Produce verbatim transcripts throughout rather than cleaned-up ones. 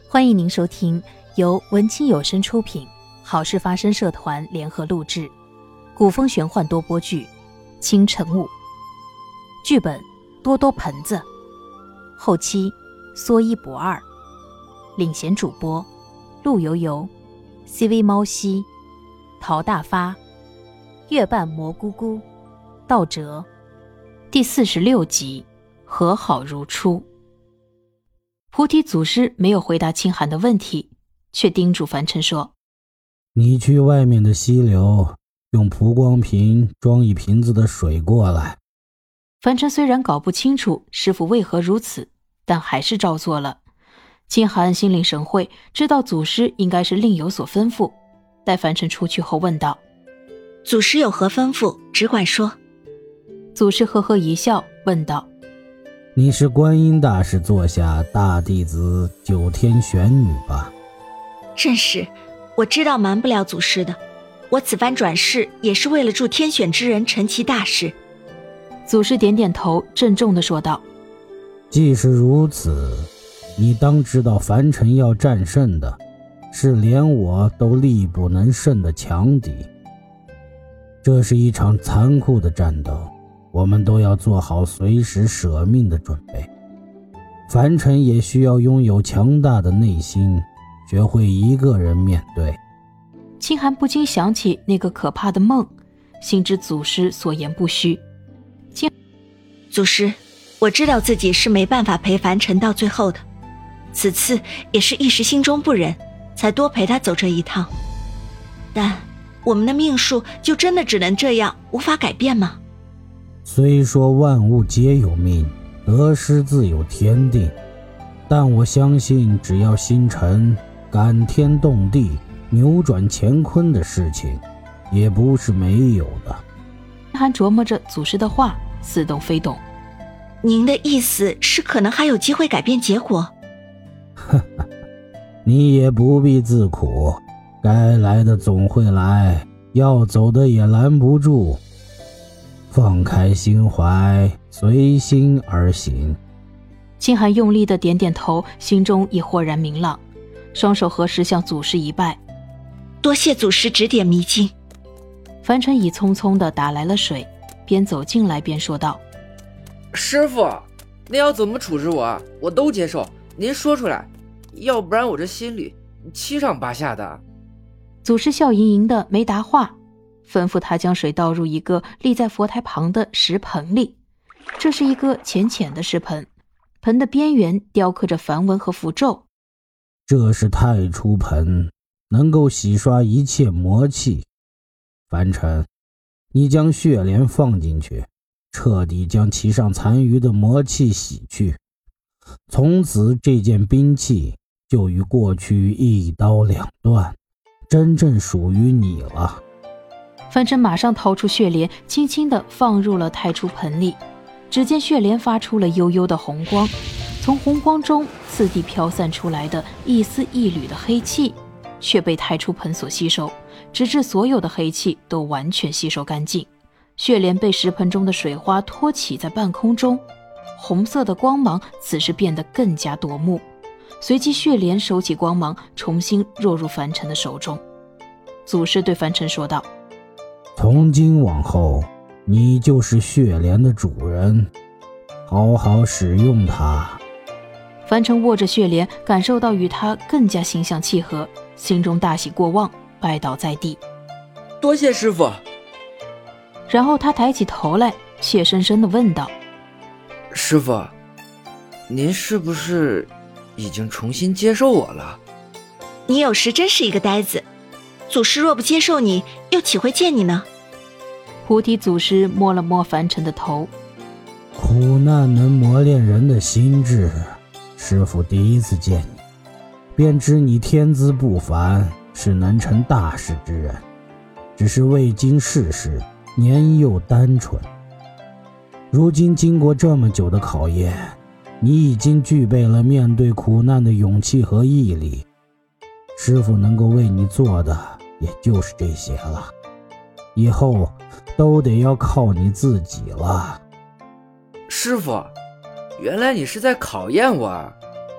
欢迎您收听由文清有声出品，好事发生社团联合录制，古风玄幻多播剧《清晨雾》，剧本多多盆子，后期说一不二，领衔主播陆游游、C V 猫西、陶大发、月半蘑菇菇、道哲。第四十六集，和好如初。菩提祖师没有回答清寒的问题，却叮嘱凡尘说： 你去外面的溪流，用蒲光瓶装一瓶子的水过来。 凡尘虽然搞不清楚师父为何如此，但还是照做了。清寒心领神会，知道祖师应该是另有所吩咐。待凡尘出去后问道： 祖师有何吩咐，只管说。 祖师呵呵一笑，问道： 你是观音大士座下大弟子九天玄女吧？ 正是，我知道瞒不了祖师的。我此番转世也是为了助天选之人成其大事。 祖师点点头，郑重地说道： 既是如此，你当知道凡尘要战胜的是连我都力不能胜的强敌。这是一场残酷的战斗，我们都要做好随时舍命的准备。凡尘也需要拥有强大的内心，学会一个人面对。 清寒不禁想起那个可怕的梦，心知祖师所言不虚。 祖师，我知道自己是没办法陪凡尘到最后的，此次也是一时心中不忍，才多陪他走这一趟。但我们的命数就真的只能这样，无法改变吗？ 虽说万物皆有命，得失自有天定，但我相信只要星辰感天动地，扭转乾坤的事情也不是没有的。 还琢磨着祖师的话，似懂非懂。 您的意思是可能还有机会改变结果？ 呵呵，你也不必自苦，该来的总会来，要走的也拦不住。放开心怀，随心而行。 清寒用力的点点头，心中已豁然明朗，双手合十向祖师一拜： 多谢祖师指点迷津。 凡尘已匆匆地打来了水，边走进来边说道： 师父，那要怎么处置我，我都接受，您说出来，要不然我这心里七上八下的。 祖师笑盈盈的没答话，吩咐他将水倒入一个立在佛台旁的石盆里。这是一个浅浅的石盆，盆的边缘雕刻着梵文和符咒。 这是太初盆，能够洗刷一切魔气。凡尘，你将血莲放进去，彻底将其上残余的魔气洗去，从此这件兵器就与过去一刀两断，真正属于你了。 凡尘马上掏出血莲，轻轻地放入了太初盆里。只见血莲发出了幽幽的红光，从红光中次第飘散出来的一丝一缕的黑气，却被太初盆所吸收，直至所有的黑气都完全吸收干净。血莲被石盆中的水花托起在半空中，红色的光芒此时变得更加夺目。随即血莲收起光芒，重新落入凡尘的手中。祖师对凡尘说道： 从今往后，你就是血莲的主人，好好使用它。 凡尘握着血莲，感受到与他更加心相契合，心中大喜过望，拜倒在地： 多谢师父。 然后他抬起头来，怯生生地问道： 师父，您是不是已经重新接受我了？ 你有时真是一个呆子，祖师若不接受你，又岂会见你呢？ 菩提祖师摸了摸凡尘的头： 苦难能磨练人的心智，师父第一次见你，便知你天资不凡，是能成大事之人，只是未经世事，年幼单纯。如今经过这么久的考验，你已经具备了面对苦难的勇气和毅力。师父能够为你做的也就是这些了，以后都得要靠你自己了。 师父，原来你是在考验我啊。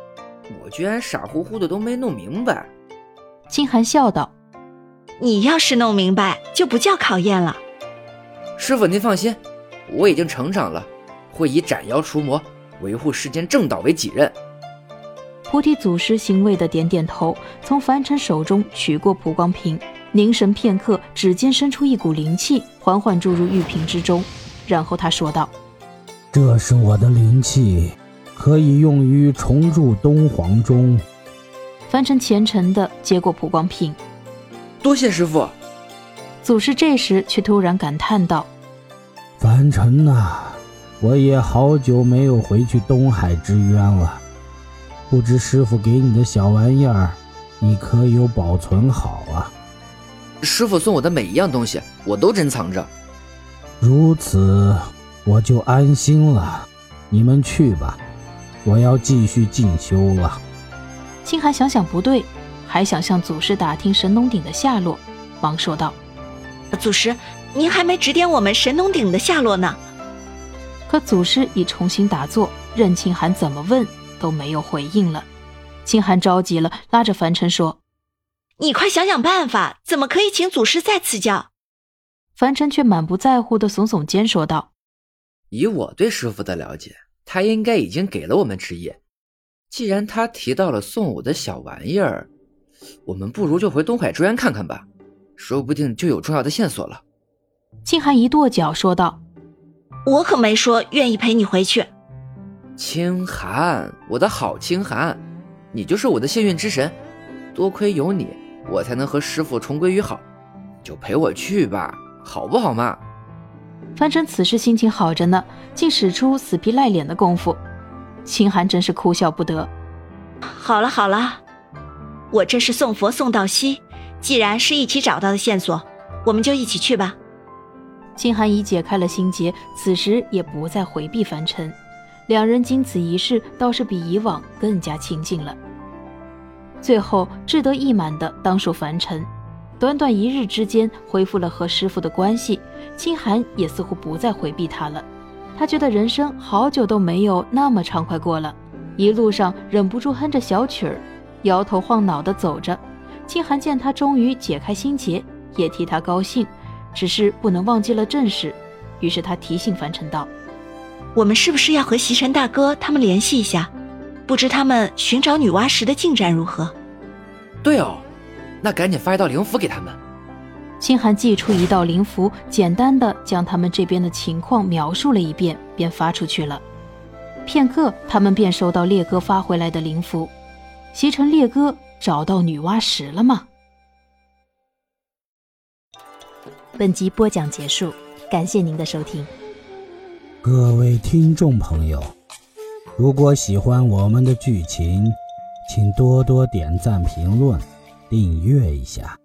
我居然傻乎乎的都没弄明白。 清寒笑道： 你要是弄明白，就不叫考验了。 师傅您放心，我已经成长了，会以斩妖除魔，维护世间正道为己任。 菩提祖师欣慰地点点头，从凡尘手中取过蒲光瓶，凝神片刻，指尖伸出一股灵气，缓缓注入玉瓶之中，然后他说道： 这是我的灵气，可以用于重入东皇中。 凡尘虔诚地接过蒲光瓶。 多谢师傅。 祖师这时却突然感叹道： 凡尘呐，我也好久没有回去东海之渊了，不知师傅给你的小玩意儿，你可有保存好啊？ 师傅送我的每一样东西，我都珍藏着。 如此，我就安心了。你们去吧，我要继续进修了。 清寒想想不对，还想向祖师打听神农鼎的下落，忙说道： 祖师，您还没指点我们神农鼎的下落呢。 可祖师已重新打坐，任清寒怎么问都没有回应了。清寒着急了，拉着凡尘说： 你快想想办法，怎么可以请祖师再赐教？ 凡尘却满不在乎地耸耸肩说道： 以我对师傅的了解，他应该已经给了我们旨意。既然他提到了送我的小玩意儿，我们不如就回东海之渊看看吧，说不定就有重要的线索了。 清寒一跺脚说道： 我可没说愿意陪你回去。 清寒，我的好清寒，你就是我的幸运之神，多亏有你，我才能和师父重归于好，就陪我去吧，好不好嘛？ 凡尘此时心情好着呢，竟使出死皮赖脸的功夫，清寒真是哭笑不得。 好了好了，我这是送佛送到西，既然是一起找到的线索，我们就一起去吧。 清寒已解开了心结，此时也不再回避凡尘，两人经此一事，倒是比以往更加亲近了。最后志得意满的当属凡尘，短短一日之间恢复了和师父的关系，清寒也似乎不再回避他了。他觉得人生好久都没有那么畅快过了，一路上忍不住哼着小曲儿，摇头晃脑地走着。清寒见他终于解开心结，也替他高兴，只是不能忘记了正事，于是他提醒凡尘道： 我们是不是要和席尘大哥他们联系一下，不知他们寻找女娲石的进展如何？ 对哦，那赶紧发一道灵符给他们。 清寒寄出一道灵符，简单的将他们这边的情况描述了一遍，便发出去了。片刻，他们便收到烈哥发回来的灵符。席尘烈哥找到女娲石了吗？ 本集播讲结束，感谢您的收听。 各位听众朋友，如果喜欢我们的剧情，请多多点赞、评论、订阅一下。